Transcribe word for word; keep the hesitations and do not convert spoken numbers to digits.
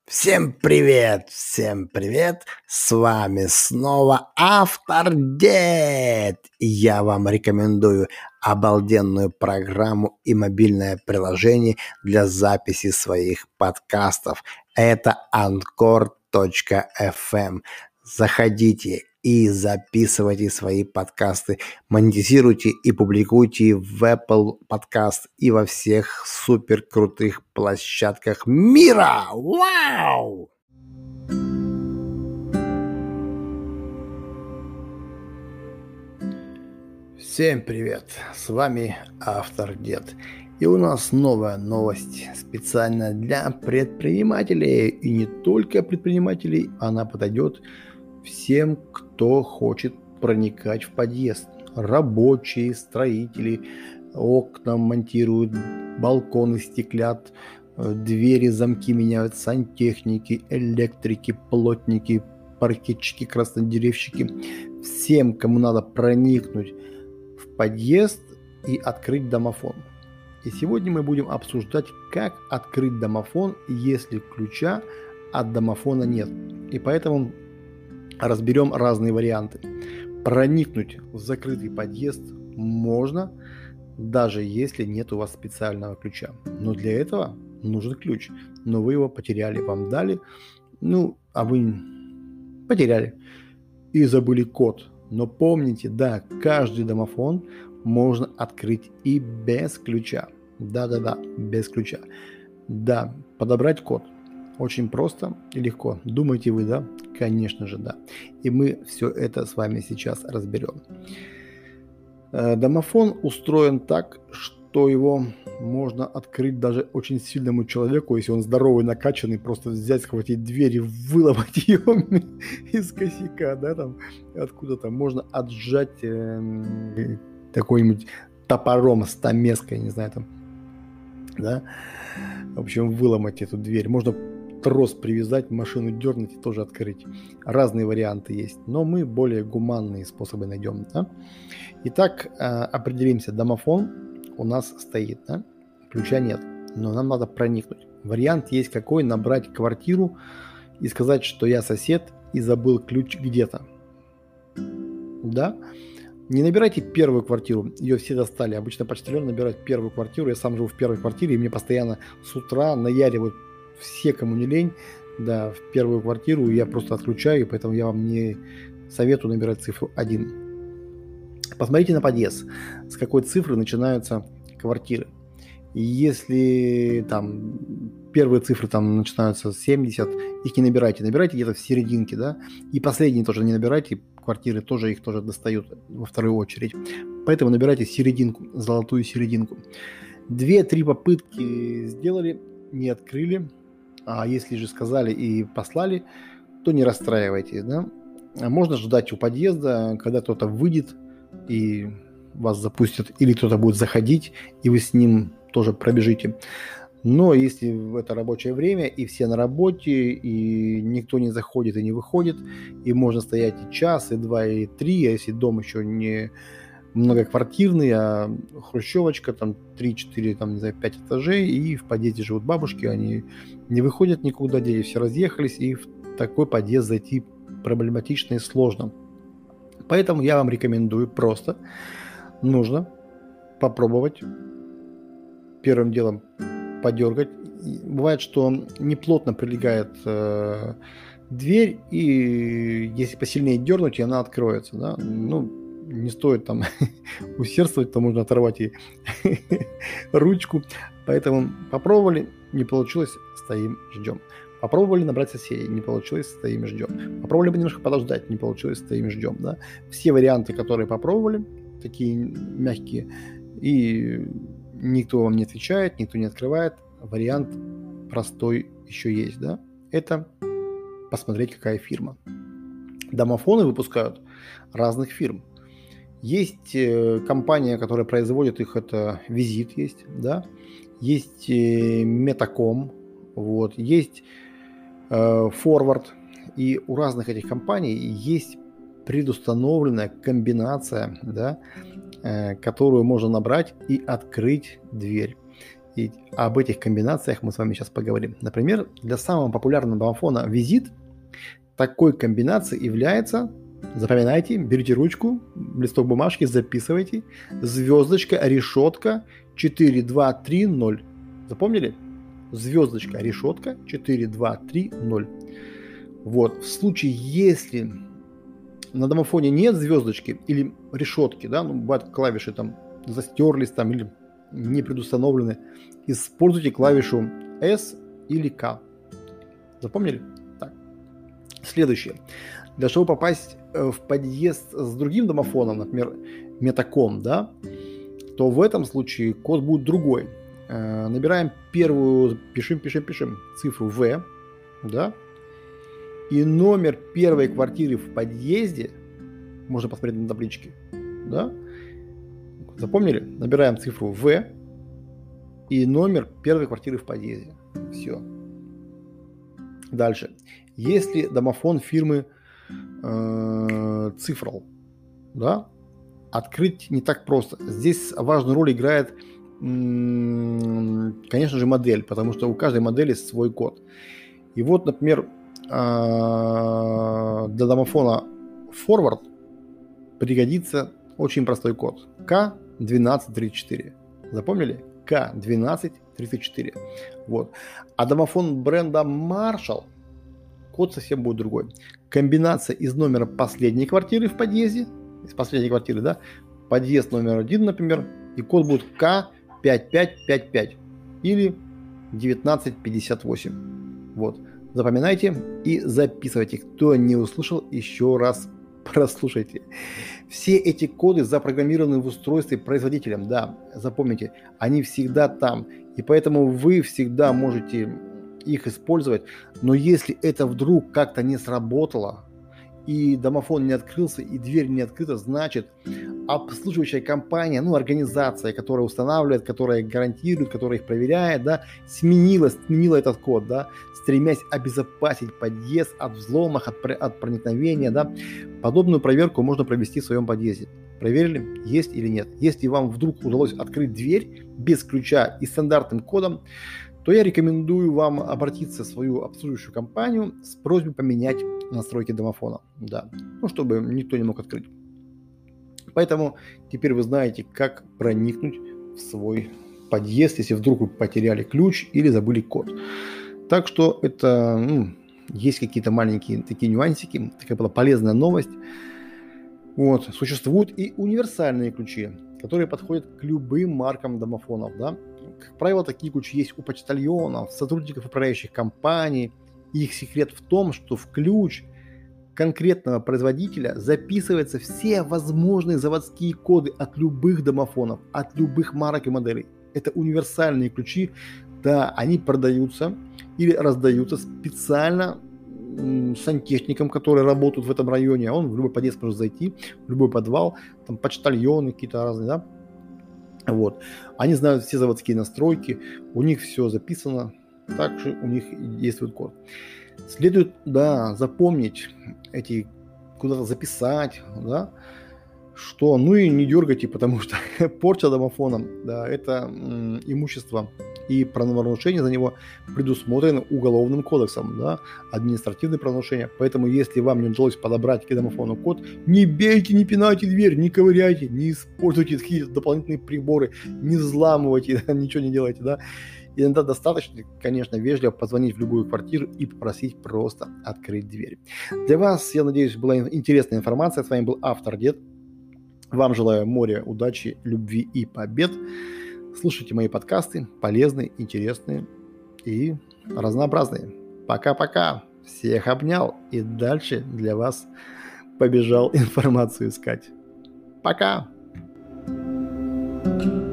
Всем привет, всем привет, с вами снова Автор Дед. И я вам рекомендую обалденную программу и мобильное приложение для записи своих подкастов. Это анкор точка эф эм. Заходите и записывайте свои подкасты, монетизируйте и публикуйте в Apple Podcast и во всех супер крутых площадках мира. Вау! Всем привет! С вами Автор Дед. И у нас новая новость специально для предпринимателей. И не только предпринимателей, она подойдет всем, кто хочет проникать в подъезд. Рабочие, строители, окна монтируют, балконы стеклят, двери, замки меняют, сантехники, электрики, плотники, паркетчики, краснодеревщики. Всем, кому надо проникнуть в подъезд и открыть домофон. И сегодня мы будем обсуждать, как открыть домофон, если ключа от домофона нет. И поэтому разберем разные варианты. Проникнуть в закрытый подъезд можно, даже если нет у вас специального ключа. Но для этого нужен ключ. Но вы его потеряли, вам дали, ну, а вы потеряли и забыли код. Но помните, да, каждый домофон можно открыть и без ключа. Да-да-да, без ключа. Да, подобрать код. Очень просто и легко. Думаете вы, да? Конечно же, да. И мы все это с вами сейчас разберем. Домофон устроен так, что его можно открыть даже очень сильному человеку, если он здоровый, накачанный, просто взять, схватить дверь и выломать ее из косяка, да, там откуда-то. Можно отжать э, такой-нибудь топором, стамеской, не знаю, там, да. В общем, выломать эту дверь. Можно трос привязать, машину дернуть и тоже открыть. Разные варианты есть, но мы более гуманные способы найдем. Да? Итак, определимся. Домофон у нас стоит, да? Ключа нет, но нам надо проникнуть. Вариант есть какой: набрать квартиру и сказать, что я сосед и забыл ключ где-то. Да? Не набирайте первую квартиру, ее все достали. Обычно почтальон набирает первую квартиру. Я сам живу в первой квартире, и мне постоянно с утра наяривают все, кому не лень, да, в первую квартиру. Я просто отключаю, и поэтому я вам не советую набирать цифру один. Посмотрите на подъезд, с какой цифры начинаются квартиры. И если там первые цифры там начинаются с семьдесят, их не набирайте, набирайте где-то в серединке, да, и последние тоже не набирайте, квартиры тоже их тоже достают во вторую очередь. Поэтому набирайте серединку, золотую серединку. Две-три попытки сделали, не открыли. А если же сказали и послали, то не расстраивайтесь, да. Можно ждать у подъезда, когда кто-то выйдет и вас запустят, или кто-то будет заходить, и вы с ним тоже пробежите. Но если в это рабочее время, и все на работе, и никто не заходит и не выходит, и можно стоять и час, и два, и три, а если дом еще не многоквартирный, а хрущевочка, там три-четыре, там, не знаю, пять этажей, и в подъезде живут бабушки, они не выходят никуда, дети все разъехались, и в такой подъезд зайти проблематично и сложно. Поэтому я вам рекомендую просто, нужно попробовать первым делом подергать. Бывает, что неплотно прилегает э, дверь, и если посильнее дернуть, и она откроется, да, ну, не стоит там усердствовать, то можно оторвать и ручку. Поэтому попробовали, не получилось, стоим, ждем. Попробовали набрать соседей, не получилось, стоим, ждем. Попробовали немножко подождать, не получилось, стоим, ждем. Да? Все варианты, которые попробовали, такие мягкие, и никто вам не отвечает, никто не открывает. Вариант простой еще есть, да? Это посмотреть, какая фирма. Домофоны выпускают разных фирм. Есть э, компания, которая производит их, это Визит есть, да? Есть э, Метаком, вот, есть э, Форвард, и у разных этих компаний есть предустановленная комбинация, да, э, которую можно набрать и открыть дверь. И об этих комбинациях мы с вами сейчас поговорим. Например, для самого популярного домофона «Визит» такой комбинацией является, запоминайте, берите ручку, листок бумажки, записывайте, звездочка, решетка, четыре, два, три, ноль. Запомнили? Звездочка, решетка, четыре, два, три, ноль. Вот. В случае, если на домофоне нет звездочки или решетки, да, ну, бывают клавиши там застерлись там или не предустановлены, используйте клавишу S или K. Запомнили? Так. Следующее. Для того, чтобы попасть в подъезд с другим домофоном, например, Metacom, да, то в этом случае код будет другой. Э, набираем первую, пишем, пишем, пишем цифру V, да, и номер первой квартиры в подъезде, можно посмотреть на табличке, да, запомнили? Набираем цифру V и номер первой квартиры в подъезде. Все. Дальше. Если домофон фирмы э, Цифрал, да, открыть не так просто. Здесь важную роль играет, м- конечно же, модель, потому что у каждой модели свой код. И вот, например, э, для домофона Forward пригодится очень простой код. К двенадцать тридцать четыре. Запомнили? К двенадцать тридцать четыре. Вот. А домофон бренда Marshall, код совсем будет другой. Комбинация из номера последней квартиры в подъезде, из последней квартиры, да, подъезд номер один, например, и код будет К пять пять пять пять или девятнадцать пятьдесят восемь. Вот. Запоминайте и записывайте. Кто не услышал, еще раз прослушайте. Все эти коды запрограммированы в устройстве производителем. Да, запомните, они всегда там. И поэтому вы всегда можете их использовать. Но если это вдруг как-то не сработало, и домофон не открылся, и дверь не открыта, значит, обслуживающая компания, ну, организация, которая устанавливает, которая гарантирует, которая их проверяет, да, сменила, сменила этот код, да, стремясь обезопасить подъезд от взломов, от, от проникновения, да. Подобную проверку можно провести в своем подъезде. Проверили, есть или нет. Если вам вдруг удалось открыть дверь без ключа и стандартным кодом, то я рекомендую вам обратиться в свою обслуживающую компанию с просьбой поменять настройки домофона, да, ну, чтобы никто не мог открыть. Поэтому теперь вы знаете, как проникнуть в свой подъезд, если вдруг вы потеряли ключ или забыли код. Так что это, ну, есть какие-то маленькие такие нюансики, такая была полезная новость. Вот. Существуют и универсальные ключи, которые подходят к любым маркам домофонов, да. Как правило, такие ключи есть у почтальонов, сотрудников управляющих компаний. И их секрет в том, что в ключ конкретного производителя записываются все возможные заводские коды от любых домофонов, от любых марок и моделей. Это универсальные ключи, да, они продаются или раздаются специально сантехникам, которые работают в этом районе. Он в любой подъезд может зайти, в любой подвал, там почтальоны какие-то разные, да. Вот. Они знают все заводские настройки, у них все записано, также у них действует код. Следует, да, запомнить эти, куда-то записать, да, что, ну и не дергайте, потому что порча домофона, да, это м, имущество, и правонарушение за него предусмотрено уголовным кодексом, да, административные правонарушения. Поэтому, если вам не удалось подобрать к домофону код, не бейте, не пинайте дверь, не ковыряйте, не используйте какие-то дополнительные приборы, не взламывайте, да, ничего не делайте, да. Иногда достаточно, конечно, вежливо позвонить в любую квартиру и попросить просто открыть дверь. Для вас, я надеюсь, была интересная информация. С вами был Автор Дед. Вам желаю моря удачи, любви и побед. Слушайте мои подкасты, полезные, интересные и разнообразные. Пока-пока. Всех обнял. И дальше для вас побежал информацию искать. Пока. thank you